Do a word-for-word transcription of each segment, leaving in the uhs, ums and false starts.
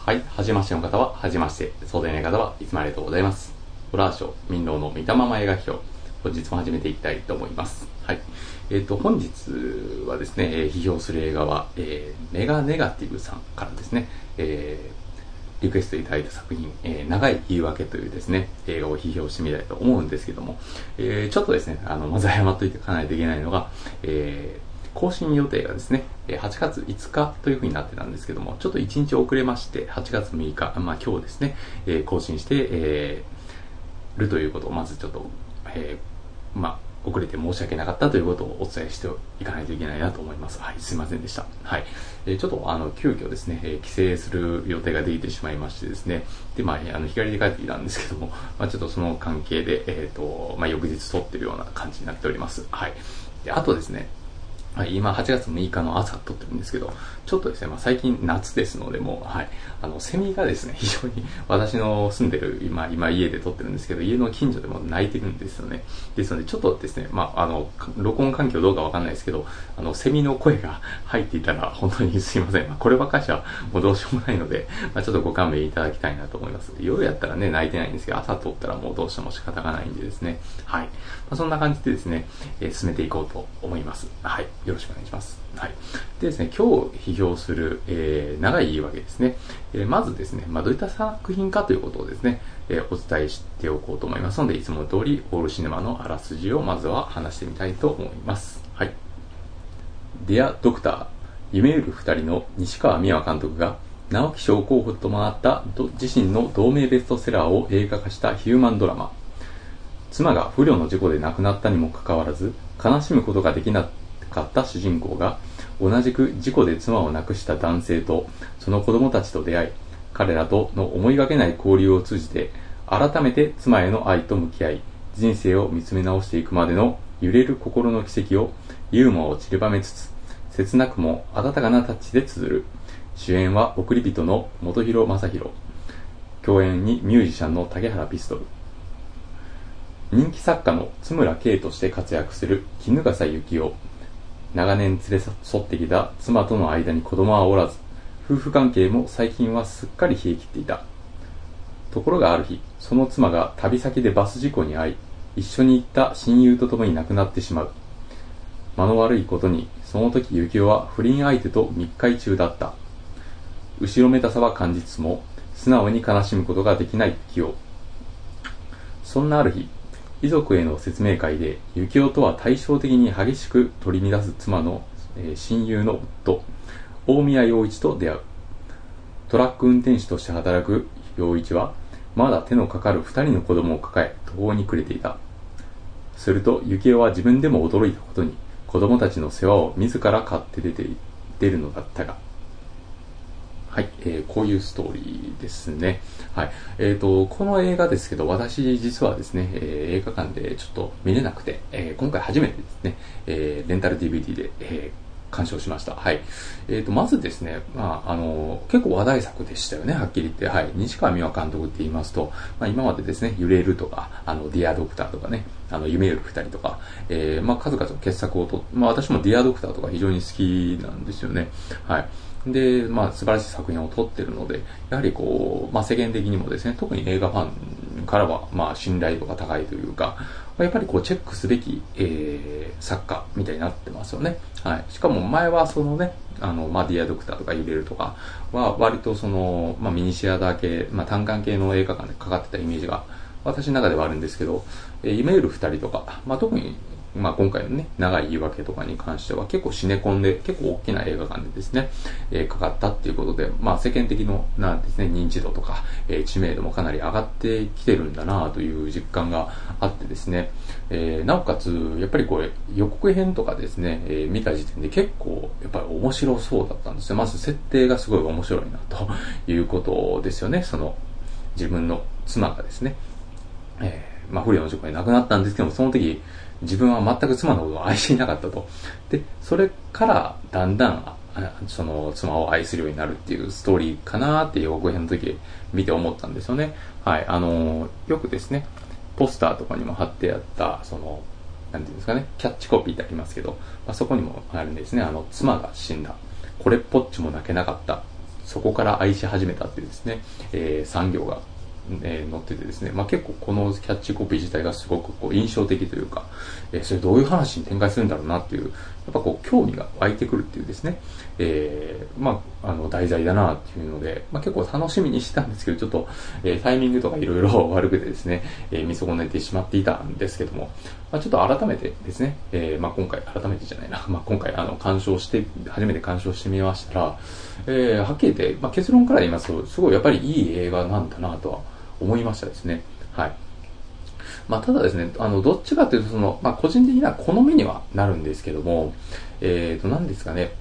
はい、はじめましての方ははじめまして、そうでない方はいつもありがとうございます。ホラーショー民謡の見たまま映画表、本日も始めていきたいと思います。はい、えーと本日はですね、えー批評する映画は、えー、メガネガティブさんからですね、えー、リクエストいただいた作品、えー、長い言い訳というですね、映画を批評してみたいと思うんですけども、えー、ちょっとですね、あのまず謝っといてかないといけないのが、えー更新予定がですね、はちがついつかという風になってたんですけども、ちょっといちにち遅れまして、はちがつむいか、まあ今日ですね、えー更新して、えーるということを、まずちょっと、えーまあ、遅れて申し訳なかったということをお伝えしていかないといけないなと思います。はい、すいませんでした。はい。えーちょっと、あの、急遽ですね、えー帰省する予定ができてしまいましてですね、で、まあ、あの、日帰りで帰ってきたんですけども、まあ、ちょっとその関係で、えっと、まあ、翌日撮ってるような感じになっております。はい。で、あとですね、はい、今はちがつむいかの朝撮ってるんですけど、ちょっとですね、まあ、最近夏ですので、もう、はい、あの、セミがですね、非常に私の住んでる、今、今家で撮ってるんですけど、家の近所でも鳴いてるんですよね。ですので、ちょっとですね、まあ、あの、録音環境どうかわかんないですけど、あの、セミの声が入っていたら、本当にすいません。まあ、こればっかしはもうどうしようもないので、まあ、ちょっとご勘弁いただきたいなと思います。夜やったらね、鳴いてないんですけど、朝撮ったらもうどうしても仕方がないんでですね、はい。まあ、そんな感じでですね、えー進めていこうと思います。はい。よろしくお願いします。はい。でですね、今日批評する、えー長い言い訳ですね。えーまずですね、まあ、どういった作品かということをですね、えーお伝えしておこうと思いますので、いつも通りオールシネマのあらすじをまずは話してみたいと思います。はい。ディア・ドクター、夢ゆる二人の西川美和監督が、直木賞候補ともなったど自身の同名ベストセラーを映画化したヒューマンドラマ。妻が不慮の事故で亡くなったにもかかわらず、悲しむことができなかった主人公が、同じく事故で妻を亡くした男性とその子供たちと出会い、彼らとの思いがけない交流を通じて、改めて妻への愛と向き合い、人生を見つめ直していくまでの揺れる心の軌跡をユーモアを散りばめつつ、切なくも温かなタッチで綴る。主演は送り人の本広正宏。共演にミュージシャンの竹原ピストル。人気作家の津村圭として活躍する衣笠幸雄。長年連れ添ってきた妻との間に子供はおらず、夫婦関係も最近はすっかり冷え切っていた。ところがある日、その妻が旅先でバス事故に遭い、一緒に行った親友と共に亡くなってしまう。間の悪いことに、その時幸雄は不倫相手と密会中だった。後ろめたさは感じつつも、素直に悲しむことができない幸雄。そんなある日、遺族への説明会で幸雄とは対照的に激しく取り乱す妻の、えー親友の夫大宮陽一と出会う。トラック運転手として働く陽一はまだ手のかかる二人の子供を抱え途方に暮れていた。すると幸雄は自分でも驚いたことに、子供たちの世話を自ら買って出て出るのだったが、はい、えーこういうストーリーですね。はい。えっ、と、この映画ですけど、私実はですね、えー映画館でちょっと見れなくて、えー今回初めてですね、えーレンタル ディーブイディー で、えー鑑賞しました。はい。えっ、と、まずですね、まあ、あの、結構話題作でしたよね、はっきり言って。はい。西川美和監督って言いますと、まあ、今までですね、揺れるとか、あの、ディアドクターとかね、あの、夢よる二人とか、えーまあ、数々の傑作をと、まあ、私もディアドクターとか非常に好きなんですよね。はい。で、まあ、素晴らしい作品を撮ってるので、やはりこう、まあ、世間的にもですね、特に映画ファンからは、まあ、信頼度が高いというか、やっぱりこう、チェックすべき、えー、作家みたいになってますよね。はい。しかも前はそのね、あの、まあ、ディアドクターとか揺れるとかは、割とその、まあ、ミニシアター系、まあ、単館系の映画館でかかってたイメージが、私の中ではあるんですけど、えー、夢よる二人とか、まあ、特に、まあ、今回のね、長い言い訳とかに関しては結構シネコンで、結構大きな映画館でですね、えーかかったっていうことで、まあ、世間的の、なんですね、認知度とか、えー知名度もかなり上がってきてるんだなという実感があってですね、えーなおかつ、やっぱりこれ、予告編とかですね、えー見た時点で結構、やっぱり面白そうだったんですよ。まず設定がすごい面白いなということですよね。その、自分の妻がですね、えーまあ、不慮の事故で亡くなったんですけども、その時、自分は全く妻のことを愛していなかったと。で、それからだんだん、あその妻を愛するようになるっていうストーリーかなーっていう予告編の時見て思ったんですよね。はい。あのーよくですね、ポスターとかにも貼ってあった、その、なんていうんですかね、キャッチコピーってありますけど、まあ、そこにもあるんですね、あの、妻が死んだ。これっぽっちも泣けなかった。 そこから愛し始めたっていうですね、えー、産業が、えー、載っててですね、まあ、結構このキャッチコピー自体がすごくこう印象的というか、えー、それどういう話に展開するんだろうなっていう、やっぱこう興味が湧いてくるっていうですね、えー、まあ、あの題材だなっていうので、まあ、結構楽しみにしてたんですけど、ちょっと、えー、タイミングとかいろいろ悪くてですね、えー、見損ねてしまっていたんですけども、まあ、ちょっと改めてですね、えー、まあ、今回改めてじゃないな、まあ、今回あの鑑賞して初めて鑑賞してみましたら、えー、はっきり言って、まあ、結論から言いますとすごいやっぱりいい映画なんだなとは思いましたですね。はい。まあ、ただですね、あのどっちかというとその、まあ、個人的な好みにはなるんですけども、えーと何ですかね。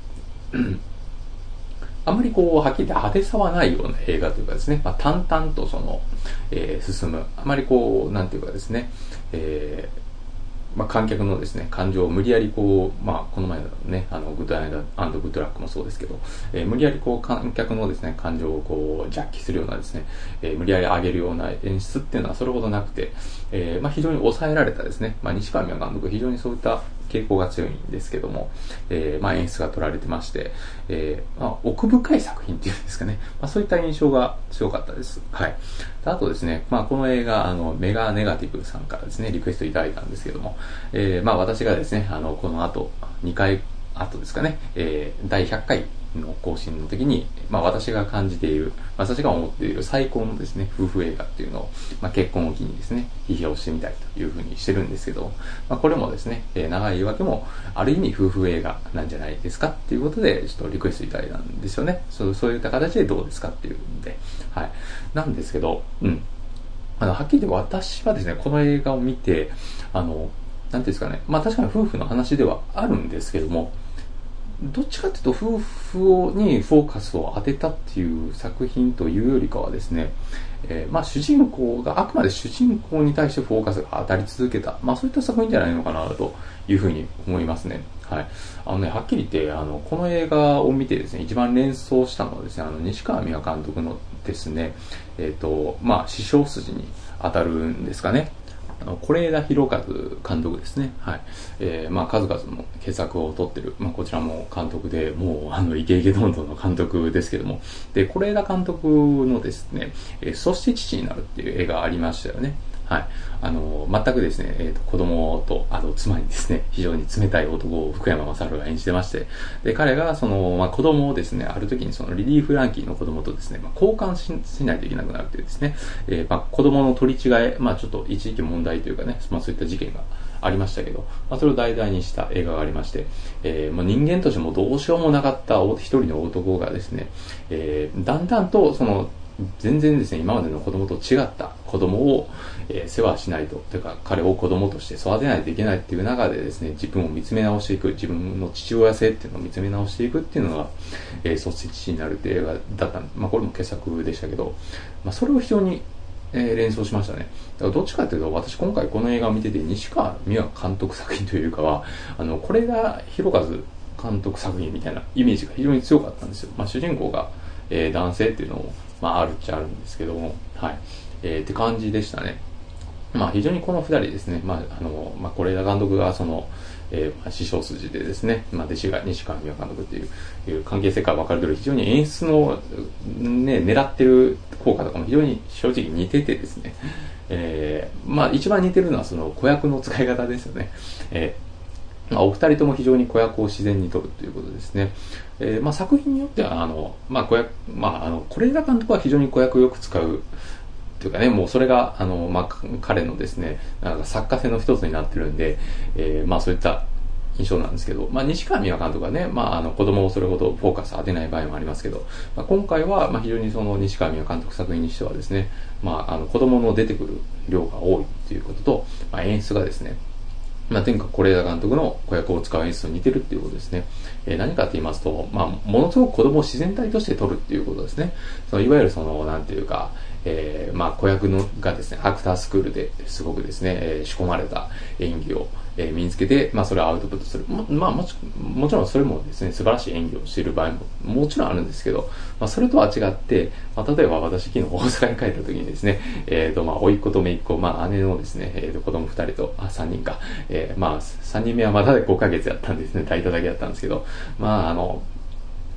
あんまりこう、はっきり言って派手さはないような映画というかですね、まあ、淡々とその、えー、進む、あまりこう、なんていうかですね、えーまあ、観客のですね、感情を無理やりこう、まあ、この前のね、あの、グッドアイド&グッドラックもそうですけど、えー、無理やりこう、観客のですね、感情をこう、ジャッキするようなですね、えー、無理やり上げるような演出っていうのはそれほどなくて、えー、まあ、非常に抑えられたですね、まあ、西川美和監督、非常にそういった傾向が強いんですけども、えー、まあ、演出が取られてまして、えー、まあ、奥深い作品っていうんですかね、まあ、そういった印象が強かったです。はい。あとですね、まあ、この映画、あの、メガネガティブさんからですね、リクエストいただいたんですけども、えー、まあ、私がですね、あの、この後、にかい後ですかね、えー、だいひゃっかいの更新の時に、まあ、私が感じている、私が思っている最高のですね、夫婦映画っていうのを、まあ、結婚を機にですね、批評してみたいというふうにしてるんですけど、まあ、これもですね、えー、長い言い訳も、ある意味夫婦映画なんじゃないですかっていうことで、ちょっとリクエストいただいたんですよね。そう、そういった形でどうですかっていうんで、はい。なんですけど、うん。あの、はっきり言って私はですね、この映画を見て、あの、なんていうんですかね、まあ確かに夫婦の話ではあるんですけども、どっちかというと夫婦にフォーカスを当てたっていう作品というよりかはですね、えー、まあ主人公があくまで主人公に対してフォーカスが当たり続けた、まあそういった作品じゃないのかなというふうに思いますね。はい。あのね、はっきり言って、あの、この映画を見てですね、一番連想したのはですね、あの、西川美和監督のですね、えっ、ー、と、まあ師匠筋に当たるんですかね。あの是枝裕和監督ですね。はい。えー、まあ、数々の傑作を撮ってる、まあ、こちらも監督で、もう、あの、イケイケどんどんの監督ですけども、で、是枝監督のですね、えー、そして父になるっていう映画ありましたよね。はい。あの、全くですね、えーと、子供と、あと妻にですね、非常に冷たい男を福山雅治が演じてまして、で、彼が、その、まあ、子供をですね、ある時にそのリリー・フランキーの子供とですね、まあ、交換 し, しないといけなくなるというですね、えー、まあ、子供の取り違え、まあ、ちょっと一時期問題というかね、まあ、そういった事件がありましたけど、まあ、それを題材にした映画がありまして、えーまあ、人間としてもどうしようもなかった一人の男がですね、えー、だんだんとその、全然ですね、今までの子供と違った子供を、えー、世話しないと、というか彼を子供として育てないといけないっていう中でですね、自分を見つめ直していく、自分の父親性っていうのを見つめ直していくっていうのが、えー、そして父になるっていう映画だった、まあこれも傑作でしたけど、まあそれを非常に、えー、連想しましたね。だからどっちかというと、私今回この映画を見てて、西川美和監督作品というかは、あの、これが裕和監督作品みたいなイメージが非常に強かったんですよ。まあ主人公が、えー、男性っていうのも、まああるっちゃあるんですけども、はい。えー、って感じでしたね。まあ非常にこの二人ですね、まああの、まあ是枝監督がその、えーまあ、師匠筋でですね、まあ弟子が西川美和監督っていういう関係性から分かるとおり、非常に演出のね、狙ってる効果とかも非常に正直似ててですね、えー、まあ一番似てるのはその子役の使い方ですよね。えーまあ、お二人とも非常に子役を自然に撮るということですね。えーまあ、作品によっては、あの、まあ、子役、まあ、あの、是枝監督は非常に子役をよく使うというかね、もうそれが、あの、まあ、彼のですね、なんか作家性の一つになってるんで、えー、まあ、そういった印象なんですけど、まあ、西川美和監督はね、まあ、あの、子供をそれほどフォーカス当てない場合もありますけど、まあ、今回は、まあ、非常にその西川美和監督作品にしてはですね、まあ、あの、子供の出てくる量が多いということと、まあ、演出がですね、まあ、とにかく是枝監督の子役を使う演出と似てるっていうことですね。えー、何かと言いますと、まあ、ものすごく子供を自然体として撮るっていうことですね。そのいわゆるその、なんていうか、えー、まあ、子役のがですね、アクタースクールですごくですね、えー、仕込まれた演技を、えー、身につけて、まあ、それをアウトプットする。も、まあ、もち、もちろんそれもですね、素晴らしい演技をしている場合ももちろんあるんですけど、まあ、それとは違って、まあ、例えば私昨日大阪に帰った時にですね、えっ、ー、と、まあ、甥っ子と姪っ子、まあ、姉のですね、えー、と子供二人と、あ、三人か、えー、まあ、三人目はまだごかげつやったんですね、抱いただけだったんですけど、まあ、あの、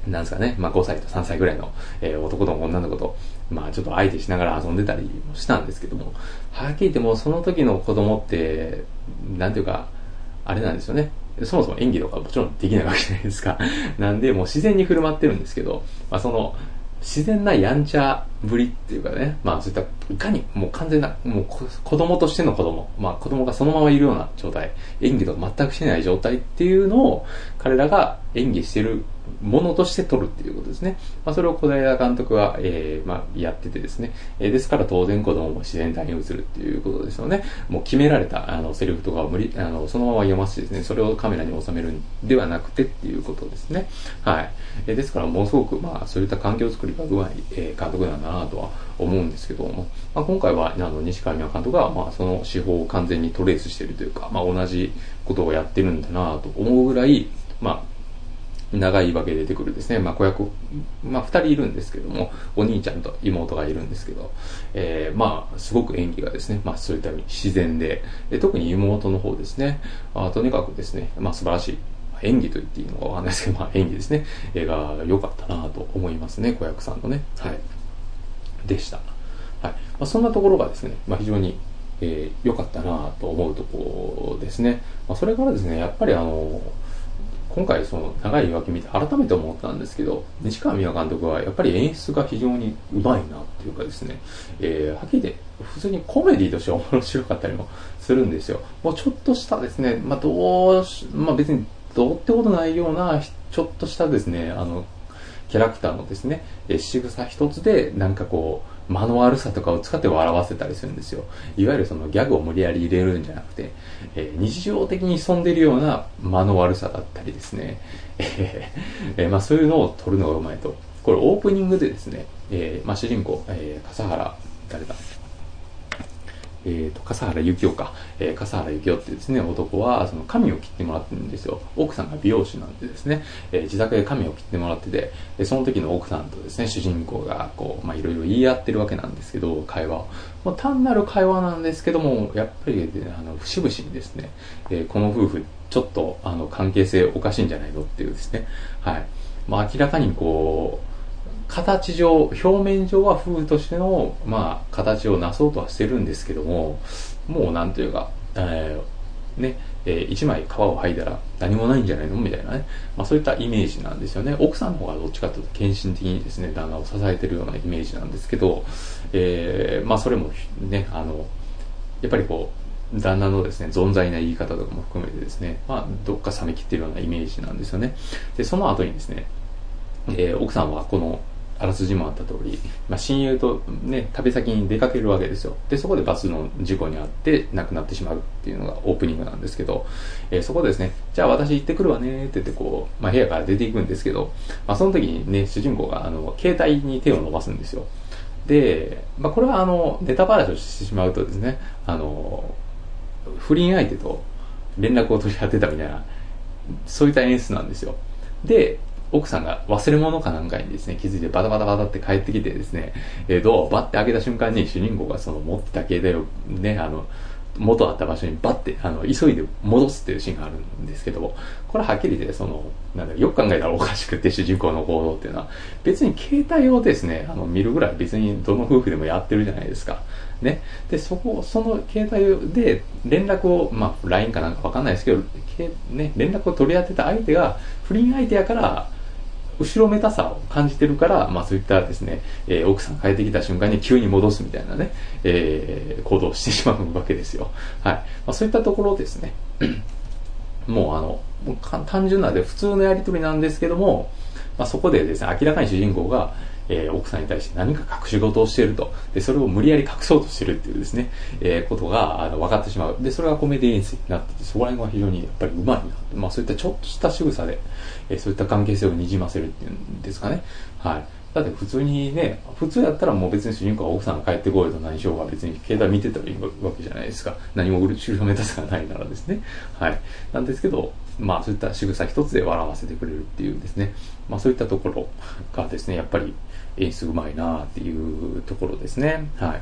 なんですかね、まあごさいとさんさいぐらいの、えー、男と女の子と、まあちょっと相手しながら遊んでたりもしたんですけども、はっきり言ってもうその時の子供って、なんていうか、あれなんですよね。そもそも演技とかもちろんできないわけじゃないですか。なんで、もう自然に振る舞ってるんですけど、まあその、自然なやんちゃぶりっていうかね、まあそういった、いかにもう完全な、もう子供としての子供、まあ子供がそのままいるような状態、演技とか全くしてない状態っていうのを、彼らが演技してるものとして撮るっていうことですね。まあそれを小平監督は、えー、まあやっててですね、えー、ですから当然子供も自然体に映るっていうことですよね。もう決められたあのセリフとかを無理、あのそのまま読ませてですね、それをカメラに収めるんではなくてっていうことですね。はい。えー、ですからものすごくまあそういった環境作りがうまい、えー、監督なんだなとは思うんですけども、まあ、今回はあの西川美和監督がまあその手法を完全にトレースしているというか、まあ同じことをやってるんだなと思うぐらい、まあ長いわけで出てくるですね、まあ、子役、まあ、二人いるんですけども、お兄ちゃんと妹がいるんですけど、えー、まあ、すごく演技がですね、まあ、そういったように自然で、で特に妹の方ですね、あとにかくですね、まあ、素晴らしい。演技と言っていいのかわかんないですけど、まあ、演技ですね、映画良かったなと思いますね、子役さんのね。はい。でした。はい。まあ、そんなところがですね、まあ、非常に良、えー、かったなと思うところですね。まあ、それからですね、やっぱりあの、今回その長い脇見て改めて思ったんですけど、西川美和監督はやっぱり演出が非常にうまいなっていうかですね、えー、はっきり言って普通にコメディとして面白かったりもするんですよ。もうちょっとしたですね、まあどうし、まあ別にどうってことないようなちょっとしたですね、あのキャラクターのですね、えー、仕草一つでなんかこう間の悪さとかを使って笑わせたりするんですよ。いわゆるそのギャグを無理やり入れるんじゃなくて、えー、日常的に潜んでいるような間の悪さだったりですね、えーえーまあ、そういうのを撮るのがうまいと。これオープニングでですね、えーまあ、主人公、えー、笠原誰だえーと、笠原幸男か、えー、笠原幸男ってですね、男は、その髪を切ってもらってるんですよ。奥さんが美容師なんでですね、えー、自宅で髪を切ってもらってて、でその時の奥さんとですね、主人公が、こう、まあ、いろいろ言い合ってるわけなんですけど、会話を。まあ、単なる会話なんですけども、やっぱり、あの、節々にですね、えー、この夫婦、ちょっと、あの、関係性おかしいんじゃないのっていうですね、はい。まあ、明らかにこう、形上、表面上は夫婦としての、まあ、形をなそうとはしてるんですけども、もうなんというか、えー、ね、えー、一枚皮を剥いだら何もないんじゃないのみたいなね。まあそういったイメージなんですよね。奥さんの方がどっちかというと献身的にですね、旦那を支えてるようなイメージなんですけど、えー、まあそれもね、あの、やっぱりこう、旦那のですね、存在な言い方とかも含めてですね、まあどっか冷めきってるようなイメージなんですよね。で、その後にですね、えー、奥さんはこの、あらすじもあった通り、まあ、親友とね、旅先に出かけるわけですよ。で、そこでバスの事故に遭って亡くなってしまうっていうのがオープニングなんですけど、えー、そこでですね、じゃあ私行ってくるわねって言ってこう、まあ、部屋から出ていくんですけど、まあ、その時にね、主人公があの、携帯に手を伸ばすんですよ。で、まあ、これはあの、ネタバラシをしてしまうとですね、あの、不倫相手と連絡を取り合ってたみたいな、そういった演出なんですよ。で、奥さんが忘れ物かなんかにですね、気づいてバタバタバタって帰ってきてですね、えー、ドアをバッて開けた瞬間に主人公がその持ってた携帯をね、あの、元あった場所にバッて、あの、急いで戻すっていうシーンがあるんですけど、これはっきり言って、その、なんだよく考えたらおかしくて主人公の行動っていうのは、別に携帯をですね、あの、見るぐらい別にどの夫婦でもやってるじゃないですか。ね。で、そこ、その携帯で連絡を、まあ、ライン かなんかわかんないですけど、ね、連絡を取り合ってた相手が不倫相手やから、後ろめたさを感じてるから、まあそういったですね、えー、奥さん帰ってきた瞬間に急に戻すみたいなね、えー、行動をしてしまうわけですよ。はい。まあそういったところですね。もうあの、もう単純なで普通のやりとりなんですけども、まあそこでですね、明らかに主人公が、えー、奥さんに対して何か隠し事をしていると。で、それを無理やり隠そうとしてるっていうですね、えー、ことが、あの、分かってしまう。で、それがコメディ演出になってて、そこら辺は非常にやっぱりうまいな。まあ、そういったちょっとした仕草で、えー、そういった関係性をにじませるっていうんですかね。はい。だって普通にね、普通やったらもう別に主人公は奥さんが帰ってこいと何しようが別に携帯見てたらいいわけじゃないですか。何も後ろめたさがないならですね。はい。なんですけど、まあそういった仕草一つで笑わせてくれるっていうですね。まあそういったところがですね、やっぱり演出うまいなっていうところですね。はい。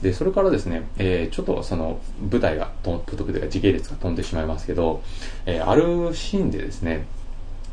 で、それからですね、えー、ちょっとその舞台が、と、というか時系列が飛んでしまいますけど、えー、あるシーンでですね、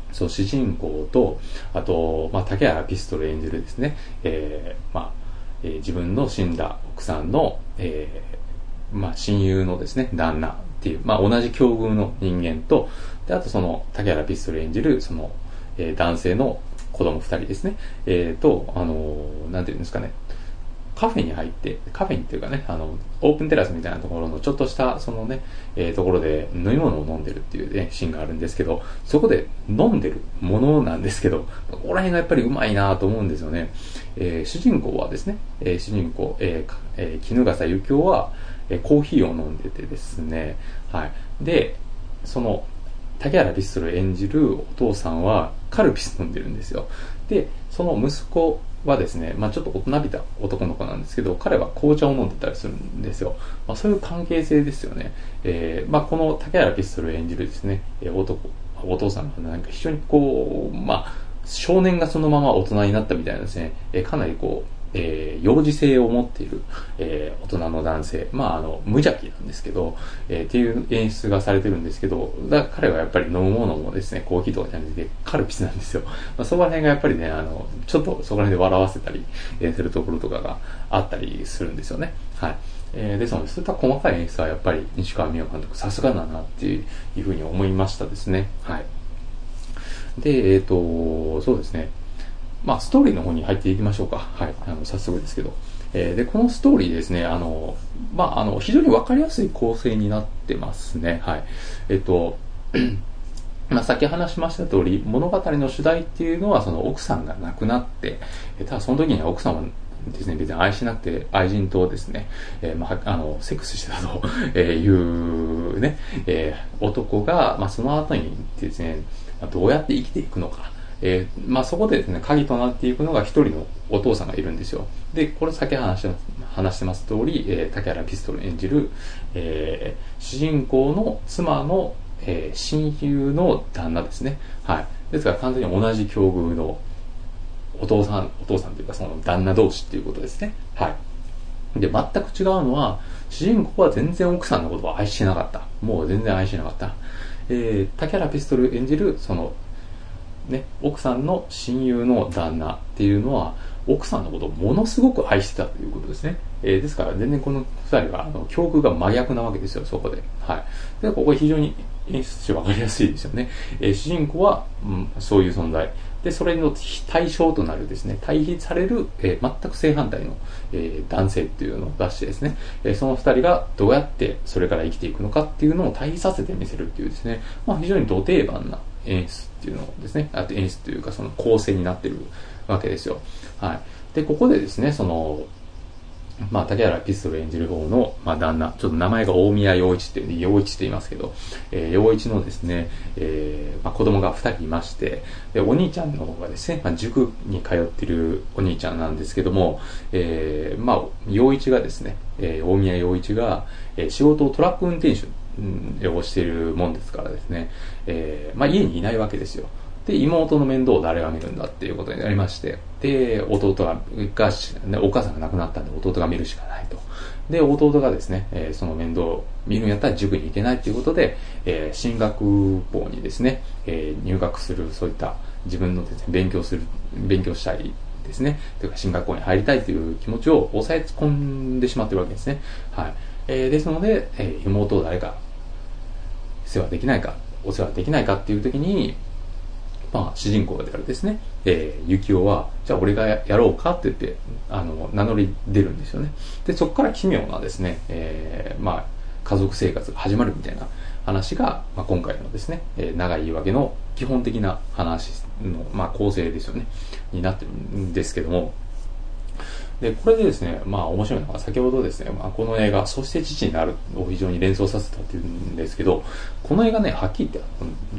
そう、主人公と、あと、まあ、竹原ピストル演じるですね、えー、まあ、えー、自分の死んだ奥さんの、えー、まあ、親友のですね、旦那っていう、まあ、同じ境遇の人間と、で、あとその、竹原ピストル演じる、その、えー、男性の子供二人ですね、えー、と、あのー、なんていうんですかね、カフェに入って、カフェにっていうかね、あの、オープンテラスみたいなところのちょっとした、そのね、えー、ところで飲み物を飲んでるっていうね、シーンがあるんですけど、そこで飲んでるものなんですけど、ここら辺がやっぱりうまいなと思うんですよね。えー、主人公はですね、えー、主人公、えーえー、衣笠幸雄は、えー、コーヒーを飲んでてですね、はい。で、その、竹原ピストル演じるお父さんはカルピス飲んでるんですよ。で、その息子はですね、まあちょっと大人びた男の子なんですけど、彼は紅茶を飲んでたりするんですよ。まあそういう関係性ですよね。えー、まあこの竹原ピストル演じるですね、えー、男、お父さんがなんか非常にこう、まあ少年がそのまま大人になったみたいなですね、えー、かなりこう、えー、幼児性を持っている、えー、大人の男性。まあ、あの、無邪気なんですけど、えー、っていう演出がされてるんですけど、だから彼はやっぱり飲むものもですね、コーヒーとかじゃなくてカルピスなんですよ。まあ、そこら辺がやっぱりね、あの、ちょっとそこら辺で笑わせたり、えー、するところとかがあったりするんですよね。はい。えー、ですので、そういった細かい演出はやっぱり西川美桜監督さすがだなっていうふうに思いましたですね。はい。で、えっ、ー、と、そうですね。まあ、ストーリーの方に入っていきましょうか。はい。あの、早速ですけど。えー、で、このストーリーですね、あの、まあ、あの、非常にわかりやすい構成になってますね。はい。えっと、まあ、先話しました通り、物語の主題っていうのは、その奥さんが亡くなって、ただその時には奥さんはですね、別に愛しなくて、愛人とですね、えー、まあ、あの、セックスしてたというね、えー、男が、まあ、その後にですね、どうやって生きていくのか、えー、まあそこでですね、鍵となっていくのが一人のお父さんがいるんですよ。で、これ先話して話してます通り、えー、竹原ピストル演じる、えー、主人公の妻の、えー、親友の旦那ですね。はい。ですから完全に同じ境遇のお父さん、お父さんというかその旦那同士っていうことですね。はい。で、全く違うのは、主人公は全然奥さんのことを愛してなかった。もう全然愛してなかった。えー、竹原ピストル演じる、その、ね、奥さんの親友の旦那っていうのは奥さんのことをものすごく愛してたということですね。えー、ですから全然この二人はあの境遇が真逆なわけですよ、そこで。はい。で、ここ非常に演出として分かりやすいですよね。えー、主人公は、うん、そういう存在。で、それの対象となるですね、対比される、えー、全く正反対の、えー、男性っていうのを出してですね、えー、その二人がどうやってそれから生きていくのかっていうのを対比させてみせるっていうですね、まあ非常に土定番な演出っていうのですね、あと演出というかその構成になっているわけですよ。はい。で、ここでですね、その、まあ、竹原ピストル演じる方の、まあ、旦那、ちょっと名前が大宮陽一っていう、陽一って言いますけど、えー、陽一のですね、えー、まあ、子供が二人いまして、で、お兄ちゃんの方がですね、まあ、塾に通ってるお兄ちゃんなんですけども、えー、まあ、陽一がですね、えー、大宮陽一が、えー、仕事をトラック運転手をしているもんですからですね、えー、まあ、家にいないわけですよ。で、妹の面倒を誰が見るんだっていうことになりまして、で、弟が、がね、お母さんが亡くなったんで弟が見るしかないと。で、弟がですね、えー、その面倒を見るんやったら塾に行けないっていうことで、えー、進学校にですね、えー、入学する、そういった自分のですね、勉強する、勉強したいですね、というか進学校に入りたいという気持ちを抑え込んでしまってるわけですね。はい。えー、ですので、えー、妹を誰か世話できないか、お世話できないかっていう時に、まあ、主人公であるですね、えー、幸男は、じゃあ俺がやろうかって言って、あの、名乗り出るんですよね。で、そこから奇妙なですね、えー、まあ、家族生活が始まるみたいな話が、まあ、今回のですね、えー、長い言い訳の基本的な話の、まあ、構成ですよね、になってるんですけども、で、これでですね、まあ面白いのが先ほどですね、まあこの映画、そして父になるを非常に連想させたっていうんですけど、この映画ね、はっきり言って、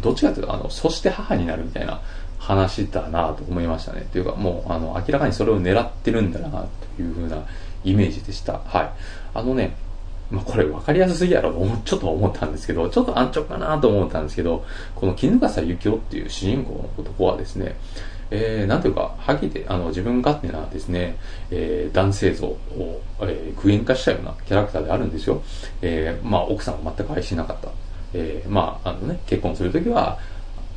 どっちかというと、あの、そして母になるみたいな話だなと思いましたね。というか、もう、あの、明らかにそれを狙ってるんだなというふうなイメージでした。はい。あのね、まあこれ分かりやすすぎやろとちょっと思ったんですけど、ちょっと安直かなと思ったんですけど、この衣笠幸男っていう主人公の男はですね、えー、なんていうか、はっきり言って、あの、自分勝手なですね、えー、男性像を、えー、具現化したようなキャラクターであるんですよ。えー、まあ、奥さんは全く愛しなかった。えー、まあ、あのね、結婚するときは、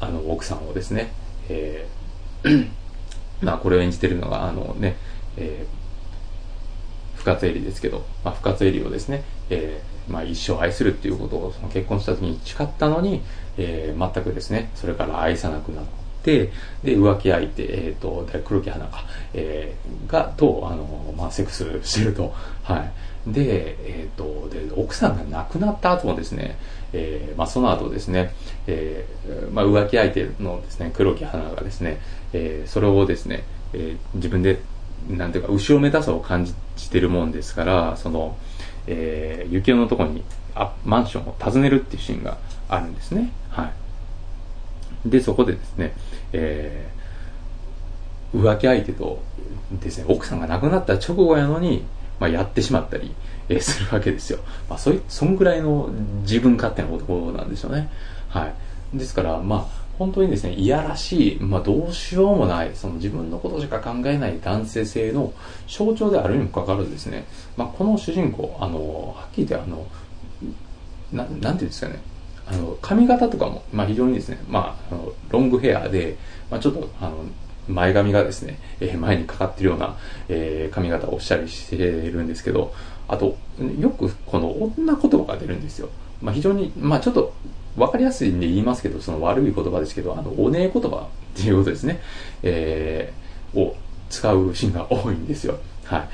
あの奥さんをですね、えー、まあこれを演じてるのがあのね、えー、深津絵里ですけど、まあ、深津絵里をですね、えーまあ、一生愛するっていうことをその結婚した時に誓ったのに、えー、全くですねそれから愛さなくなってで浮気相手、えー、と黒木花が、えー、がとあの、まあ、セックスしてると、はい、で,、えー、とで奥さんが亡くなった後もですね、えーまあ、その後ですね、えーまあ、浮気相手のですね黒木花がですね、えー、それをですね、えー、自分でなんていうか後ろめたさを感じてるもんですからその、えー、幸男のところにあマンションを訪ねるっていうシーンがあるんですね。はい、でそこでですね、えー、浮気相手とですね奥さんが亡くなった直後やのに、まあ、やってしまったり、えー、するわけですよ。まあ、そいそんぐらいの自分勝手な男なんでしょうね。はい、ですからまあ本当にですねいやらしい、まあ、どうしようもないその自分のことしか考えない男性性の象徴であるにもかかわらずですね、まあ、この主人公あのはっきり言ってあのななんていうんですかねあの髪型とかも、まあ、非常にですね、まあ、あのロングヘアで、まあ、ちょっとあの前髪がですね、えー、前にかかってるような、えー、髪型をしたりしてるんですけど、あとよくこの女言葉が出るんですよ。まあ、非常に、まあ、ちょっと分かりやすいんで言いますけどその悪い言葉ですけどあのおねえ言葉っていうことですね、えー、を使うシーンが多いんですよ。はい、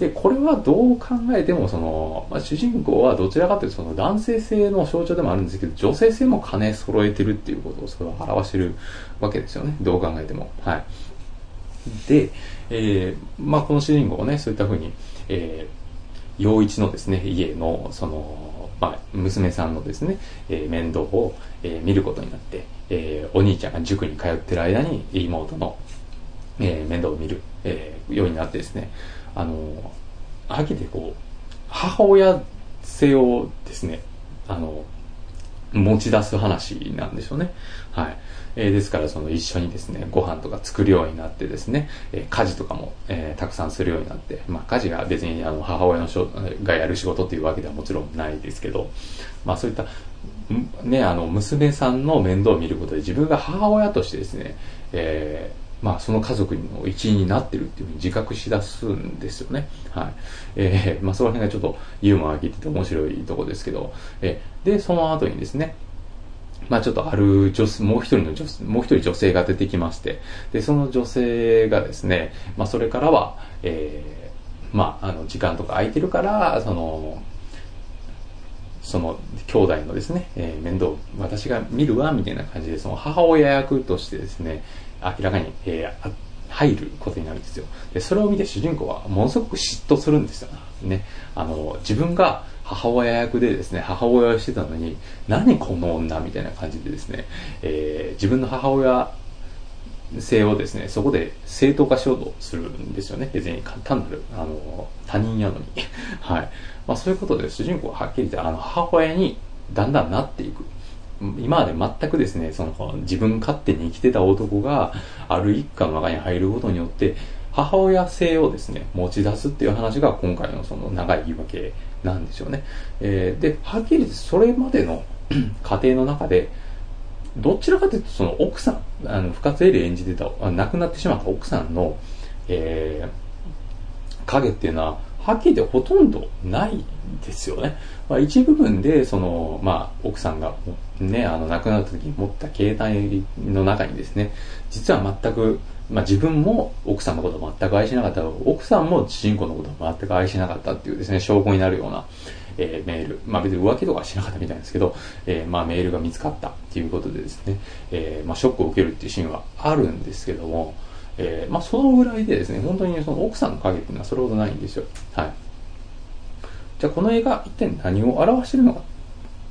でこれはどう考えてもその、まあ、主人公はどちらかというとその男性性の象徴でもあるんですけど女性性も兼ね揃えてるっていうことをそれは表してるわけですよねどう考えても。はい、で、えーまあ、この主人公はねそういったふうに、えー、陽一のですね家のそのまあ、娘さんのですね、えー、面倒を、えー、見ることになって、えー、お兄ちゃんが塾に通ってる間に妹の、えー、面倒を見る、えー、ようになってですねあのはっきり言ってこう母親性をですねあの持ち出す話なんでしょうね。はい、えー、ですからその一緒にですねご飯とか作るようになってですね、えー、家事とかも、えー、たくさんするようになって、まあ、家事が別にあの母親のしょがやる仕事っていうわけではもちろんないですけど、まあ、そういったねあの娘さんの面倒を見ることで自分が母親としてですね、えーまあ、その家族の一員になってるっていうふうに自覚しだすんですよね。はい、えー、まあその辺がちょっとユーモアが効いてて面白いところですけど、えー、でその後にですねまあちょっとある女性もう一人の女性もう一人女性が出てきまして、でその女性がですね、まあそれからは、えー、まああの時間とか空いてるからそのその兄弟のですね、えー、面倒私が見るわみたいな感じでその母親役としてですね明らかに、えー、入ることになるんですよ。でそれを見て主人公はものすごく嫉妬するんですよね。あの自分が母親役でですね母親をしてたのに何この女みたいな感じでですね、えー、自分の母親性をですねそこで正当化しようとするんですよね。別に単なるあの他人やのにはい、まあ、そういうことで主人公ははっきり言ってあの母親にだんだんなっていく。今まで全くですねその自分勝手に生きてた男がある一家の中に入ることによって母親性をですね持ち出すっていう話が今回のその長い言い訳なんですよね。えー、ではっきり言ってそれまでの家庭の中でどちらかというとその奥さんあの深津絵里演じてた亡くなってしまった奥さんの、えー、影っていうのははっきり言ってほとんどないんですよね。まあ、一部分でその、まあ、奥さんが、ね、あの亡くなった時に持った携帯の中にですね実は全く、まあ、自分も奥さんのことを全く愛しなかった奥さんも主人公のことを全く愛しなかったっていうですね証拠になるような、えー、メール、まあ、別に浮気とかはしなかったみたいですけど、えーまあ、メールが見つかったっていうことでですね、えーまあ、ショックを受けるっていうシーンはあるんですけども、えーまあ、そのぐらいでですね本当にその奥さんの影っていうのはそれほどないんですよ。はい、じゃあこの映画一体何を表しているのかって、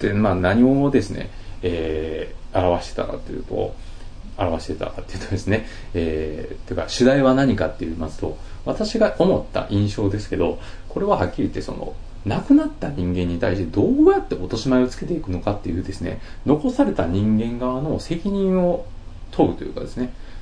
まあ、何をですね、えー、表してたかというと表してたかっていうとですね、えー、というか主題は何かって言いますと私が思った印象ですけどこれははっきり言ってその亡くなった人間に対してどうやって落とし前をつけていくのかっていうですね残された人間側の責任を問うというかですね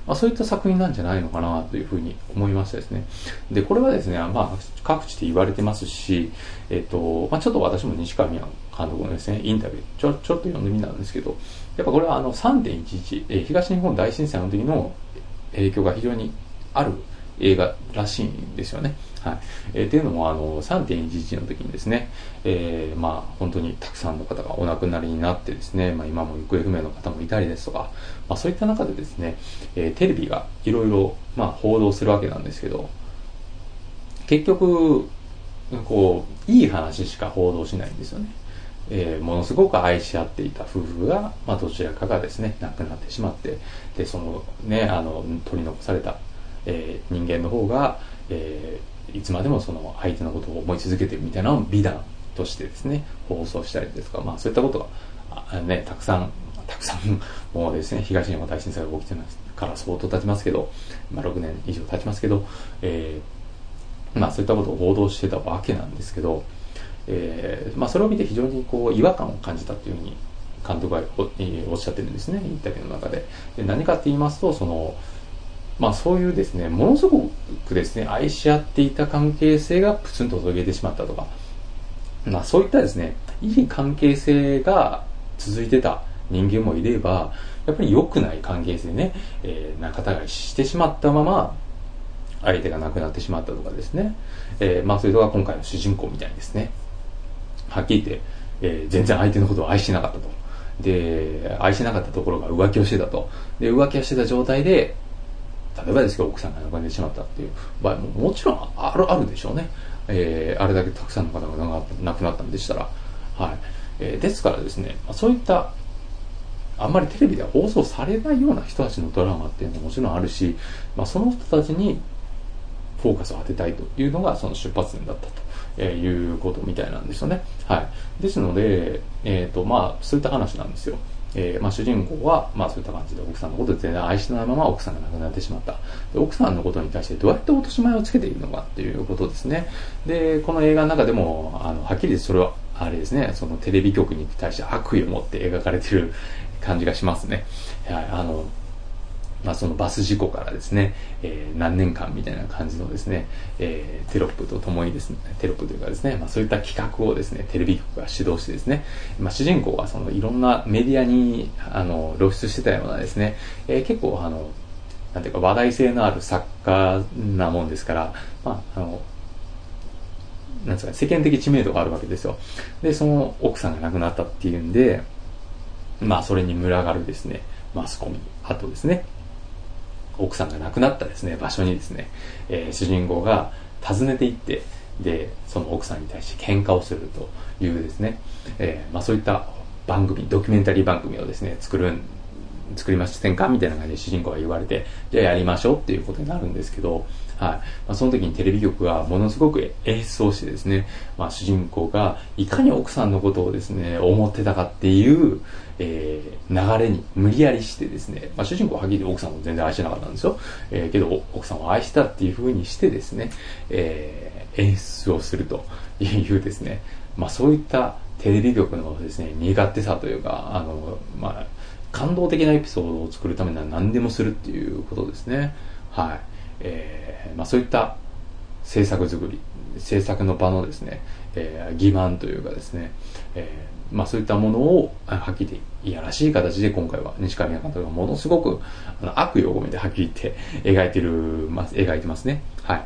まあ、そういった作品なんじゃないのかなというふうに思いましたですね。で、これはですね、まあ、各地で言われてますし、えっと、まあ、ちょっと私も西川美也監督のですね、インタビュー、ちょ、ちょっと読んでみたんですけど、やっぱこれはあの さんてんいちいち、えー、東日本大震災の時の影響が非常にある映画らしいんですよね。はい。えー、っていうのも、あの、さんてんいちいちの時にですね、えー、まあ、本当にたくさんの方がお亡くなりになってですね、まあ、今も行方不明の方もいたりですとか、まあ、そういった中でですね、えー、テレビがいろいろ、まあ、報道するわけなんですけど、結局、こう、いい話しか報道しないんですよね。えー、ものすごく愛し合っていた夫婦が、まあ、どちらかがですね、亡くなってしまって、で、そのね、あの、取り残された、えー、人間の方が、えー、いつまでもその相手のことを思い続けているみたいなのを美談としてですね、放送したりですとか、まあそういったことが、あね、たくさん、たくさん、もうですね、東日本大震災が起きてますから相当経ちますけど、まあろくねん以上経ちますけど、えー、まあそういったことを報道してたわけなんですけど、えーまあ、それを見て非常にこう違和感を感じたというふうに監督が お, おっしゃってるんですね、インタビューの中で。で、何かって言いますと、その、まあ、そういうですね、ものすごくですね、愛し合っていた関係性がプツンと途切れてしまったとか、まあ、そういったですね、いい関係性が続いてた人間もいれば、やっぱり良くない関係性ね、えー、仲違いしてしまったまま、相手が亡くなってしまったとかですね、えー、まあ、そういうのが今回の主人公みたいにですね、はっきり言って、えー、全然相手のことを愛してなかったと。で、愛してなかったところが浮気をしてたと。で、浮気をしてた状態で、例えばですけど、奥さんが亡くなってしまったっていう場合ももちろんある、あるでしょうね。えー、あれだけたくさんの方が亡くなったんでしたら。はい。えー、ですからですね、そういった、あんまりテレビでは放送されないような人たちのドラマっていうのももちろんあるし、まあ、その人たちにフォーカスを当てたいというのがその出発点だったと。えー、いうことみたいなんですよね。はい。ですので、えっ、ー、と、まあ、そういった話なんですよ。えー、まあ、主人公は、まあ、そういった感じで奥さんのことを全然愛してないまま奥さんが亡くなってしまった。で、奥さんのことに対してどうやって落とし前をつけているのかっていうことですね。で、この映画の中でも、あの、はっきりそれは、あれですね、そのテレビ局に対して悪意を持って描かれている感じがしますね。はい。あの、まあ、そのバス事故からですね、えー、何年間みたいな感じのですね、えー、テロップとともにですね、テロップというかですね、まあ、そういった企画をですね、テレビ局が主導してですね、まあ、主人公はそのいろんなメディアにあの露出してたようなですね、えー、結構あの、なんていうか話題性のある作家なもんですから、まあ、あの、なんですか、世間的知名度があるわけですよ。で、その奥さんが亡くなったっていうんで、まあ、それに群がるですね、マスコミ、あとですね、奥さんが亡くなったですね、場所にですね、えー、主人公が訪ねていって、で、その奥さんに対して喧嘩をするというですね、えー、まあそういった番組、ドキュメンタリー番組をですね、作るん、作りませんかみたいな感じで主人公が言われて、じゃあやりましょうっていうことになるんですけど、はい。まあ、その時にテレビ局がものすごく演出をしてですね、まあ主人公がいかに奥さんのことをですね、思ってたかっていう、えー、流れに無理やりしてですね、まあ、主人公ははっきり言って奥さんも全然愛してなかったんですよ。えー、けど奥さんを愛したっていう風にしてですね、えー、演出をするというですね、まあそういったテレビ局のですね、身勝手さというか、あの、まあ、感動的なエピソードを作るためには何でもするっていうことですね。はい。えー、まあそういった制作作り、制作の場のですね、えー、欺瞞というかですね、えー、まあそういったものをはっきりいやらしい形で今回は西川宮監督がものすごくあの悪意を込めてはっきり言って描いてる、まあ、描いてますね。はい。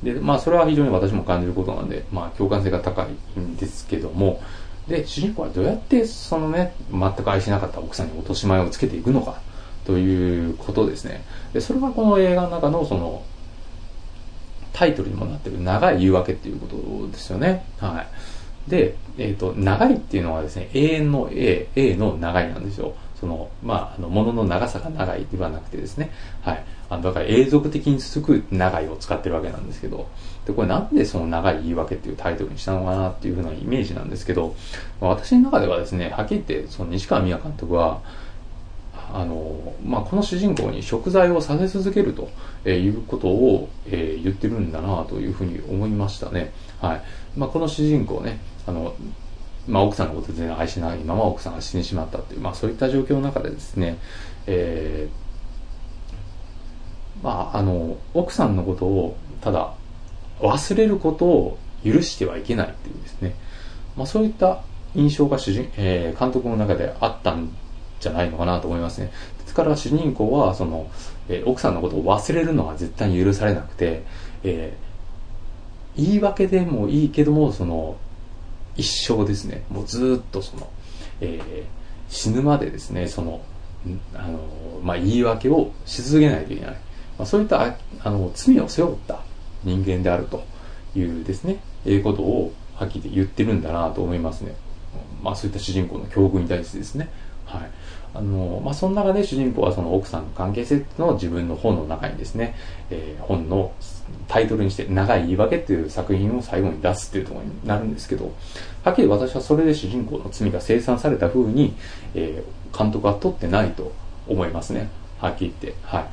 で、まあそれは非常に私も感じることなんで、まあ共感性が高いんですけども、で、主人公はどうやってそのね、全く愛しなかった奥さんに落とし前をつけていくのかということですね。で、それがこの映画の中のそのタイトルにもなってる長い言い訳っていうことですよね。はい。で、えっと、長いっていうのはですね、永遠の A、A の長いなんですよ。その、まあ、あの、ものの長さが長いではなくてですね。はい。あの、だから永続的に続く長いを使ってるわけなんですけど、で、これなんでその長い言い訳っていうタイトルにしたのかなっていうふうなイメージなんですけど、私の中ではですね、はっきり言って、その西川美也監督は、あのまあ、この主人公に贖罪をさせ続けるということを、えー、言ってるんだなというふうに思いましたね。はい。まあ、この主人公ね、あの、まあ、奥さんのことを全然愛しないまま奥さんが死んでしまったっていう、まあ、そういった状況の中でですね、えまあ、あの、奥さんのことを、ただ、忘れることを許してはいけないっていうですね。まあ、そういった印象が主人、えー、監督の中であったんじゃないのかなと思いますね。ですから主人公は、その、えー、奥さんのことを忘れるのは絶対に許されなくて、えー、言い訳でもいいけども、その、一生ですね、もうずっとその、えー、死ぬまでですね、その、あの、まあ、言い訳をし続けないといけない。まあ、そういったああの罪を背負った人間であるというですね、えー、ことをはっきり言ってるんだなと思いますね。まあ、そういった主人公の境遇に対してですね。はい。あの、まあ、その中で主人公はその奥さんの関係性っていうのを自分の本の中にですね、えー、本のタイトルにして長い言い訳っていう作品を最後に出すっていうところになるんですけど、はっきり私はそれで主人公の罪が清算された風に、えー、監督は撮ってないと思いますね。はっきり言って。はい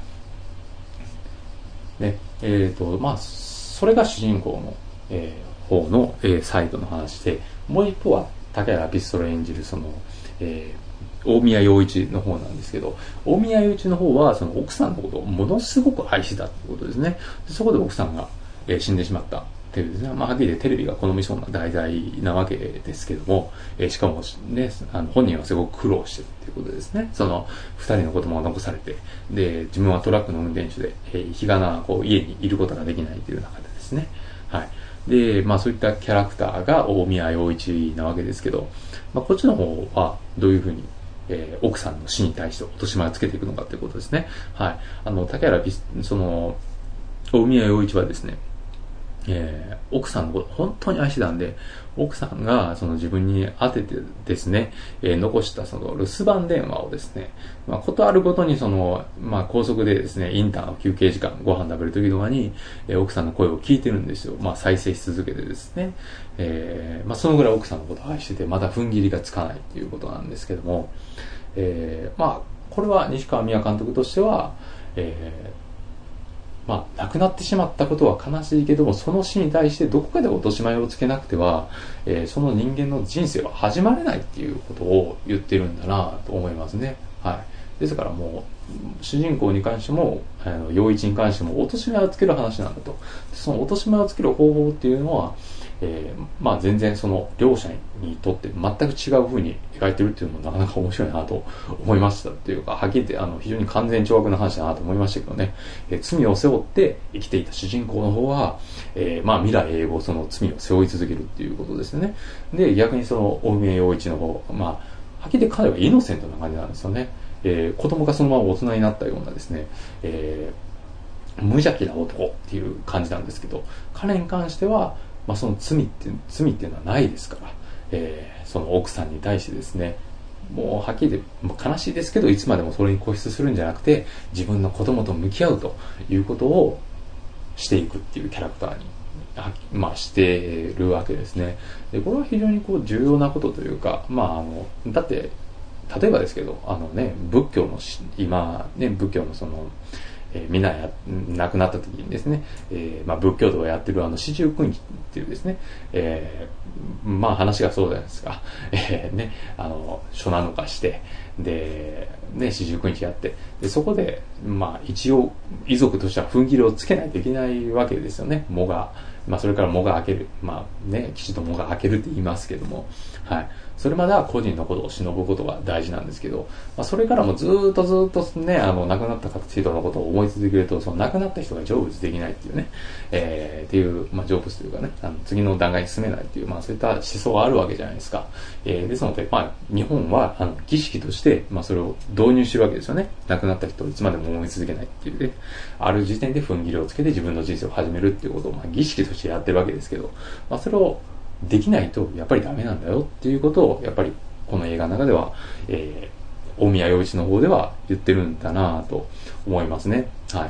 。ね、えっ、ー、と、まあ、それが主人公の、えー、方の、えー、サイドの話で、もう一方は竹原ピストル演じるその、えー大宮洋一の方なんですけど、大宮洋一の方はその奥さんのことをものすごく愛してたってことですね。そこで奥さんが、えー、死んでしまったっていうですね、まあ、はっきり言ってテレビが好みそうな題材なわけですけども、えー、しかもね、あの本人はすごく苦労してるっていうことですね。その二人の子供が残されて、で自分はトラックの運転手で、えー、日がなこう家にいることができないという中でですね、はい。で、まあそういったキャラクターが大宮洋一なわけですけど、まあこっちの方はどういうふうにえー、奥さんの死に対して落とし前をつけていくのかということですね。はい。あの、竹原ピス、その、大宮洋一はですね、えー、奥さんのこと本当に愛してたんで、奥さんがその自分に当ててですね、えー、残したその留守番電話をですね、まあ、ことあるごとにその、まあ、高速でですね、インターン休憩時間、ご飯食べる時とかに、えー、奥さんの声を聞いてるんですよ。まあ、再生し続けてですね、えー、まあ、そのぐらい奥さんのことを愛してて、まだ踏ん切りがつかないっていうことなんですけども、えー、まあ、これは西川美也監督としては、えーまあ、亡くなってしまったことは悲しいけども、その死に対してどこかで落とし前をつけなくては、えー、その人間の人生は始まれないっていうことを言ってるんだなと思いますね。はい。ですからもう、主人公に関しても、あの、陽一に関しても落とし前をつける話なんだと。その落とし前をつける方法っていうのは、えー、まあ全然その両者にとって全く違う風に描いてるっていうのもなかなか面白いなと思いましたっていうか、はっきり言ってあの非常に完全懲悪な話だなと思いましたけどね、えー、罪を背負って生きていた主人公の方は、えー、まあ未来永劫その罪を背負い続けるっていうことですね。で、逆にその大宮洋一の方、まあはっきり言って彼はイノセントな感じなんですよね。えー、子供がそのまま大人になったようなですね、えー、無邪気な男っていう感じなんですけど、彼に関してはまあ、その罪って罪っていうのはないですから、えー、その奥さんに対してですね、もうはっきり言って悲しいですけどいつまでもそれに固執するんじゃなくて、自分の子供と向き合うということをしていくっていうキャラクターに、まあ、してるわけですね。でこれは非常にこう重要なことというか、まあ、あのだって例えばですけど、あのね、仏教の今ね、仏教のそのえー、みんなや亡くなった時にですね、えーまあ、仏教徒がやってるあの四十九日っていうですね、えー、まあ話がそうじゃないですか、えー、ね、あの書なのかしてで、ね、四十九日やってでそこで、まあ、一応遺族としては踏ん切りをつけないといけないわけですよね。喪が、まあ、それから喪が明ける、まあね、きちんと喪が明けるって言いますけども、はい、それまでは個人のことを忍ぶことが大事なんですけど、まあ、それからもずっとずっとね、あの亡くなった人のことを思い続けると、その亡くなった人が成仏できないっていうね、えー、っていう、まあ、成仏というかね、あの次の段階に進めないっていう、まあ、そういった思想があるわけじゃないですか。えー、ですので、まあ、日本はあの儀式として、まあ、それを導入してるわけですよね。亡くなった人をいつまでも思い続けないっていうね、ある時点で踏ん切りをつけて自分の人生を始めるっていうことを、まあ、儀式としてやってるわけですけど、まあ、それをできないとやっぱりダメなんだよっていうことをやっぱりこの映画の中では、えー、大宮洋一の方では言ってるんだなと思いますね。はい。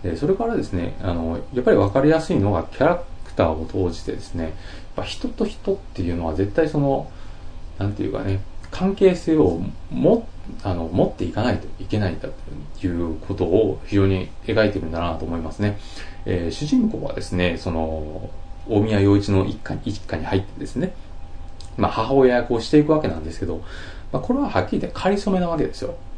でそれからですね、あのやっぱり分かりやすいのがキャラクターを通じてですね、やっぱ人と人っていうのは絶対そのなんていうかね、関係性をもあの持っていかないといけないんだということを非常に描いてるんだなと思いますね。えー、主人公はですね、その大宮洋一の一家に一家に入ってですね、まあ、母親役をしていくわけなんですけど、まあ、これははっきり言って仮初めなわけですよ。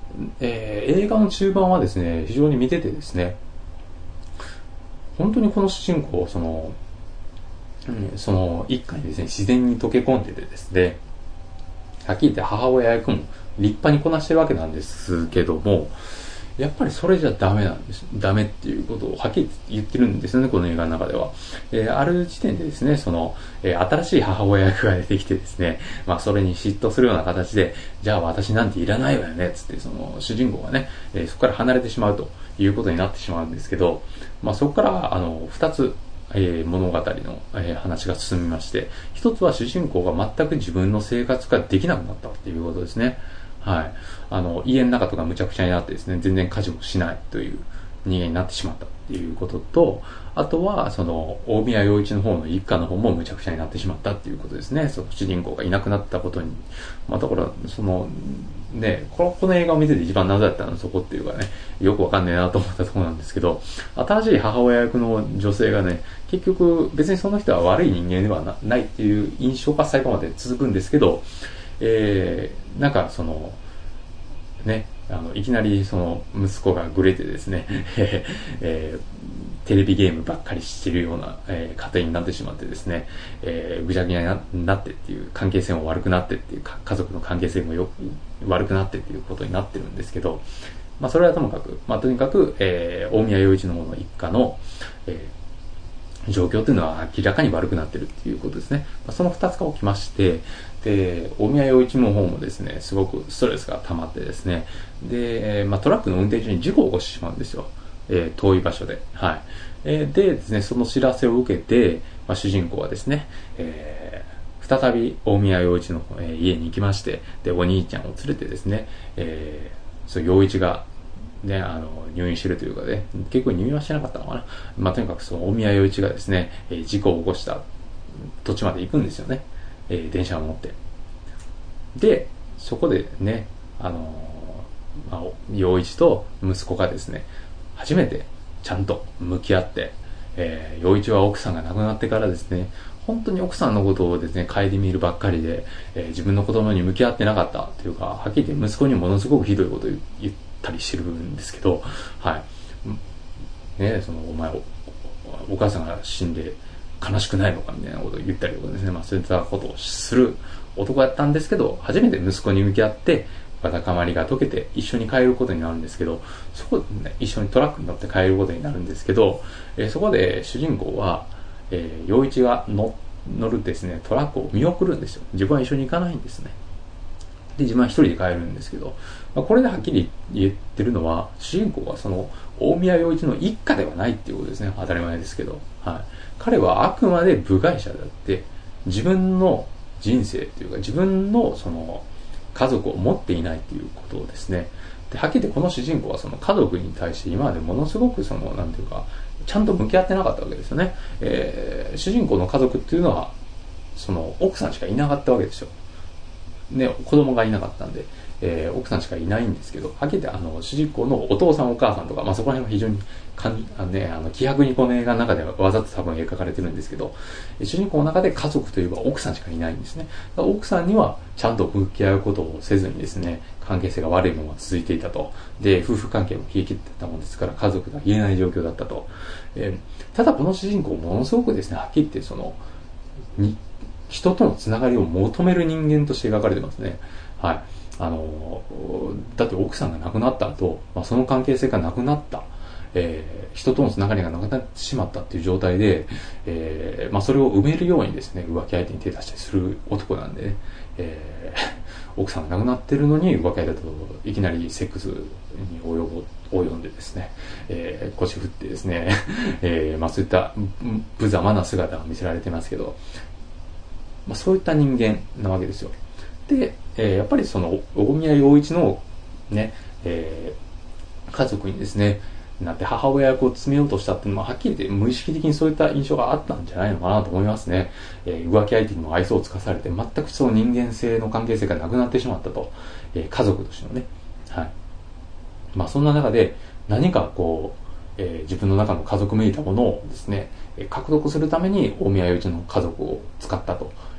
えー、映画の中盤はですね、非常に見ててですね、本当にこの主人公、その、うん、その一家にですね、自然に溶け込んでてですね、はっきり言って母親役も立派にこなしてるわけなんですけども、やっぱりそれじゃダメなんです。ダメっていうことをはっきり言ってるんですよね、この映画の中では。えー、ある時点でですね、その、えー、新しい母親役が出てきてですね、まあそれに嫉妬するような形で、じゃあ私なんていらないわよね、つって、その主人公がね、えー、そこから離れてしまうということになってしまうんですけど、まあそこから、あの、二つ、えー、物語の、えー、話が進みまして、一つは主人公が全く自分の生活ができなくなったっていうことですね。はい。あの、家の中とかむちゃくちゃになってですね、全然家事もしないという人間になってしまったっていうことと、あとは、その、大宮洋一の方の一家の方もむちゃくちゃになってしまったっていうことですね。その主人公がいなくなったことに。まあ、だから、その、ね、この、この映画を見てて一番謎だったのはそこっていうかね、よくわかんねえなと思ったところなんですけど、新しい母親役の女性がね、結局別にその人は悪い人間では な, ないっていう印象が最後まで続くんですけど、えー、なんかその、ね、あの、いきなりその息子がぐれてですね、えー、テレビゲームばっかりしてるような、えー、家庭になってしまってですね、えー、ぐちゃぐちゃになってっていう、関係性も悪くなってっていう、家族の関係性もよく悪くなってっていうことになってるんですけど、まあそれはともかく、まあとにかく、えー、大宮洋一の方の一家の、えー状況というのは明らかに悪くなっているということですね。その二つが起きまして、で、大宮洋一の方もですね、すごくストレスが溜まってですね、で、まあ、トラックの運転中に事故を起こしてしまうんですよ。えー、遠い場所で。はい。えー、でですね、その知らせを受けて、まあ、主人公はですね、えー、再び大宮洋一の、えー、家に行きまして、で、お兄ちゃんを連れてですね、えー、そう、洋一が、ね、あの、入院してるというかね、結構入院はしてなかったのかな。まあ、とにかくその大宮洋一がですね、えー、事故を起こした土地まで行くんですよね。えー、電車を乗って。で、そこでね、あのー、まあ、洋一と息子がですね、初めてちゃんと向き合って、えー、洋一は奥さんが亡くなってからですね、本当に奥さんのことをですね、顧みるばっかりで、えー、自分の子供に向き合ってなかったというか、はっきり言って息子にものすごくひどいことを言ったりしてるんですけど、はい。ね、その、お前お、お母さんが死んで悲しくないのかみたいなことを言ったりとかですね、まあそういったことをする男だったんですけど、初めて息子に向き合って、わだかまりが解けて一緒に帰ることになるんですけど、そこでね、一緒にトラックに乗って帰ることになるんですけど、えー、そこで主人公は、えー、洋一が乗るですね、トラックを見送るんですよ。自分は一緒に行かないんですね。で、自分は一人で帰るんですけど、まあ、これではっきり言ってるのは、主人公はその、大宮洋一の一家ではないっていうことですね。当たり前ですけど。はい。彼はあくまで部外者であって、自分の人生っていうか、自分のその、家族を持っていないっていうことをですね。で、はっきり言ってこの主人公はその家族に対して今までものすごくその、なんていうか、ちゃんと向き合ってなかったわけですよね。えー、主人公の家族っていうのは、その、奥さんしかいなかったわけですよ。ね、子供がいなかったんで、えー、奥さんしかいないんですけど、はっきり言ってあの、主人公のお父さんお母さんとか、まあそこら辺は非常にかん、あのね、あの、気迫にこの映画の中ではわざと多分描かれてるんですけど、主人公の中で家族といえば奥さんしかいないんですね。奥さんにはちゃんと向き合うことをせずにですね、関係性が悪いまま続いていたと。で、夫婦関係も冷え切ってたもんですから、家族が言えない状況だったと。えー、ただこの主人公ものすごくですね、はっきり言ってその、に、人とのつながりを求める人間として描かれてますね。はい。あの、だって奥さんが亡くなった後、まあ、その関係性がなくなった、えー、人とのつながりがなくなってしまったっていう状態で、えー、まあ、それを埋めるようにですね、浮気相手に手出したりする男なんでね、えー、奥さんが亡くなってるのに浮気相手といきなりセックスに及ぶ、及んでですね、えー、腰振ってですね、えー、まあ、そういった無様な姿が見せられてますけど、まあ、そういった人間なわけですよ。で、えー、やっぱりその大宮洋一のね、えー、家族にですね、なって母親役を詰めようとしたっていうのははっきり言って無意識的にそういった印象があったんじゃないのかなと思いますね。えー、浮気相手にも愛想をつかされて全くその人間性の関係性がなくなってしまったと、えー、家族としてのね。はい。まあそんな中で何かこう、えー、自分の中の家族めいたものをですね、獲得するために大宮洋一の家族を使ったと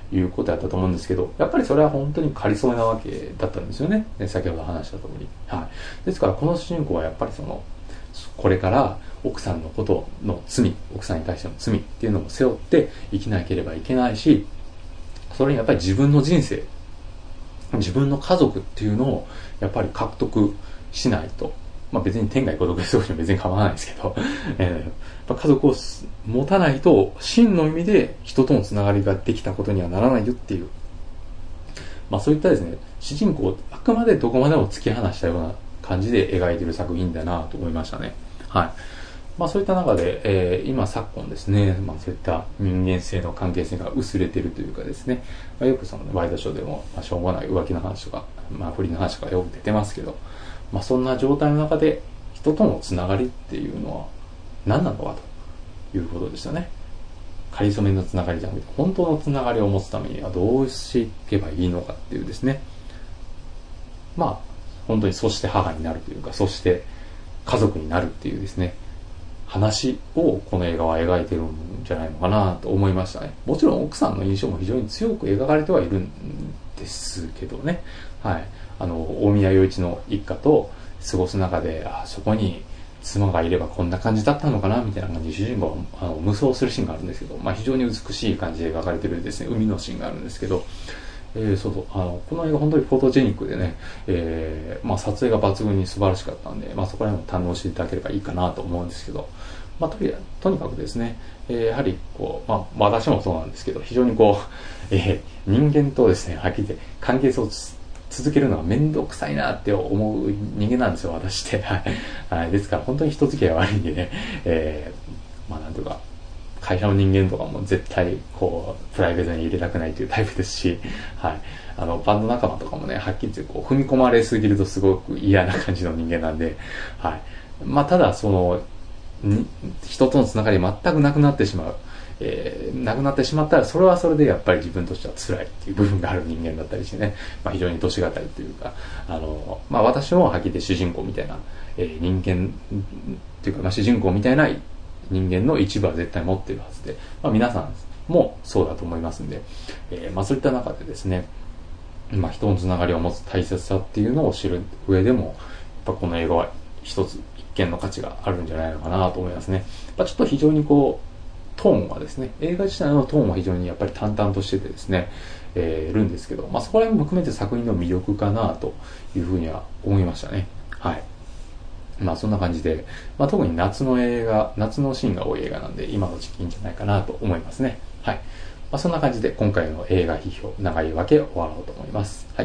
いうことやったと思うんですけど、やっぱりそれは本当に仮初めなわけだったんですよね。先ほど話した通り。はい。ですからこの主人公はやっぱりその、これから奥さんのことの罪、奥さんに対しての罪っていうのも背負って生きなければいけないし、それにやっぱり自分の人生、自分の家族っていうのをやっぱり獲得しないと、まあ別に天涯孤独で過ごしても別に構わないですけど、えー、家族を持たないと真の意味で人とのつながりができたことにはならないよっていう、まあそういったですね、主人公をあくまでどこまでも突き放したような感じで描いている作品だなと思いましたね。はい。まあそういった中で、えー、今昨今ですね、まあそういった人間性の関係性が薄れているというかですね、まあ、よくそのワイドショーでも、まあ、しょうもない浮気の話とか、まあ不倫の話とかよく出てますけど、まあそんな状態の中で人とのつながりっていうのは何なのかということですよね。仮初めのつながりじゃなくて、本当のつながりを持つためにはどうしていけばいいのかっていうですね、まあ本当にそして母になるというか、そして家族になるっていうですね、話をこの映画は描いてるんじゃないのかなと思いましたね。もちろん奥さんの印象も非常に強く描かれてはいるんですけどね。はい。あの、大宮洋一の一家と過ごす中で、あ、そこに妻がいればこんな感じだったのかなみたいな感じで主人公はあの無双するシーンがあるんですけど、まあ非常に美しい感じで描かれてるですね、海のシーンがあるんですけど、えー、そうそう、あの、この映画本当にフォトジェニックでね、えー、まあ撮影が抜群に素晴らしかったんで、まあそこら辺も堪能していただければいいかなと思うんですけど、まあとにとにかくですね、えー、やはりこう、まあ私もそうなんですけど、非常にこう、えー、人間とですね、はっきり言って関係性を続けるのがめんどくさいなって思う人間なんですよ、私って。はい。はい。ですから本当に人付き合い悪いんでね、えー、まあなんとか、会社の人間とかも絶対こうプライベートに入れたくないというタイプですし、はい、あのバンド仲間とかもね、はっきり言ってこう踏み込まれすぎるとすごく嫌な感じの人間なんで、はい、まあただその人とのつながり全くなくなってしまう、えー、なくなってしまったらそれはそれでやっぱり自分としては辛いっていう部分がある人間だったりしてね、まあ、非常に年がたりというか、あの、まあ、私もはっきり言って主人公みたいな、えー、人間っていうか、まあ、主人公みたいな人間の一部は絶対持っているはずで、まあ、皆さんもそうだと思いますんで、えーまあ、そういった中でですね、まあ、人のつながりを持つ大切さっていうのを知る上でも、やっぱこの映画は一つ一見の価値があるんじゃないのかなと思いますね。まあ、ちょっと非常にこうトーンはですね、映画自体のトーンは非常にやっぱり淡々としててですね、えー、るんですけど、まあ、そこら辺も含めて作品の魅力かなというふうには思いましたね。はい。まあそんな感じで、まあ特に夏の映画、夏のシーンが多い映画なんで、今の時期いいんじゃないかなと思いますね。はい。まあそんな感じで今回の映画批評、長いわけ終わろうと思います。はい。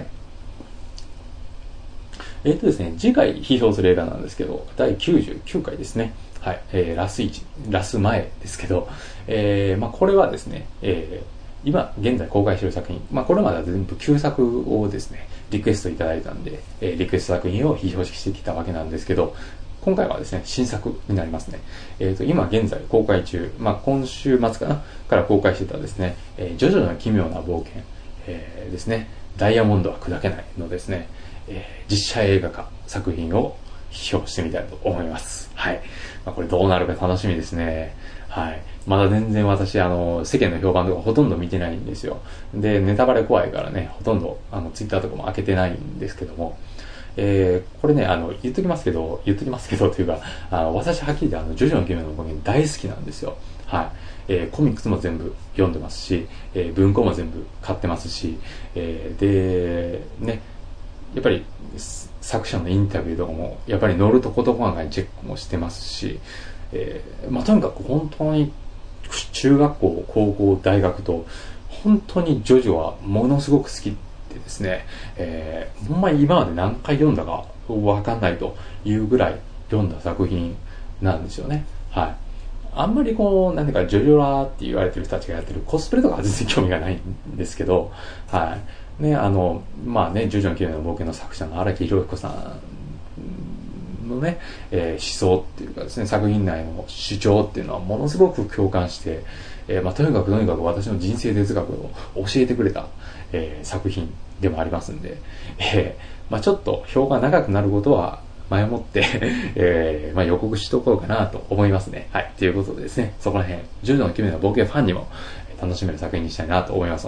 えっとですね、次回批評する映画なんですけど、だいきゅうじゅうきゅうかいですね。はい。えー、ラスいち、ラス前ですけど、えー、まあこれはですね、えー、今現在公開している作品、まあこれまでは全部旧作をですね、リクエストいただいたんで、えー、リクエスト作品を批評してきたわけなんですけど、今回はですね、新作になりますね。えっと、今現在公開中、まあ今週末かなから公開してたですね、えー、ジョジョの奇妙な冒険、えー、ですね、ダイヤモンドは砕けないのですね、えー、実写映画化作品を批評してみたいと思います。はい。まあこれどうなるか楽しみですね。はい。まだ全然私、あの、世間の評判とかほとんど見てないんですよ。で、ネタバレ怖いからね、ほとんど、あの、ツイッターとかも開けてないんですけども、えー、これね、あの、言っときますけど、言っときますけどというか、あの、私はっきり言って、あの、ジョジョの奇妙な冒険大好きなんですよ。はい。えー、コミックスも全部読んでますし、えー、文庫も全部買ってますし、えー、で、ね、やっぱり、作者のインタビューとかも、やっぱり乗るとことこがチェックもしてますし、えー、まあ、とにかく本当に中学校、高校、大学と本当にジョジョはものすごく好きでですね、えー、ほんまに今まで何回読んだかわかんないというぐらい読んだ作品なんですよね。はい。あんまりこう、なんていうか、ジョジョラーって言われてる人たちがやってるコスプレとかは全然興味がないんですけど、はい。ね、あの、まあね、ジョジョの奇妙な冒険の作者の荒木博彦さんのね、えー、思想っていうかですね、作品内の主張っていうのはものすごく共感して、えー、まあとにかくとにかく私の人生哲学を教えてくれた、えー、作品でもありますんで、えー、まあちょっと表が長くなることは前もって、えー、まあ予告しとこうかなと思いますね。はい。ということでですね、そこら辺、ジョジョの奇妙な冒険ファンにも楽しめる作品にしたいなと思いますので、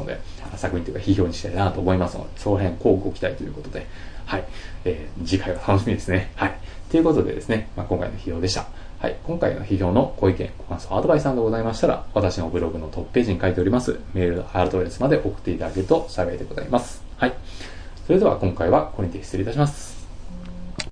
作品というか批評にしたいなと思いますので、その辺、こうご期待ということで、はい。えー、次回は楽しみですね。はい。ということでですね、まあ、今回の批評でした。はい。今回の批評のご意見、ご感想、アドバイスなどございましたら、私のブログのトップページに書いております、メールアドレスまで送っていただけると幸いでございます。はい。それでは今回はこれにて失礼いたします。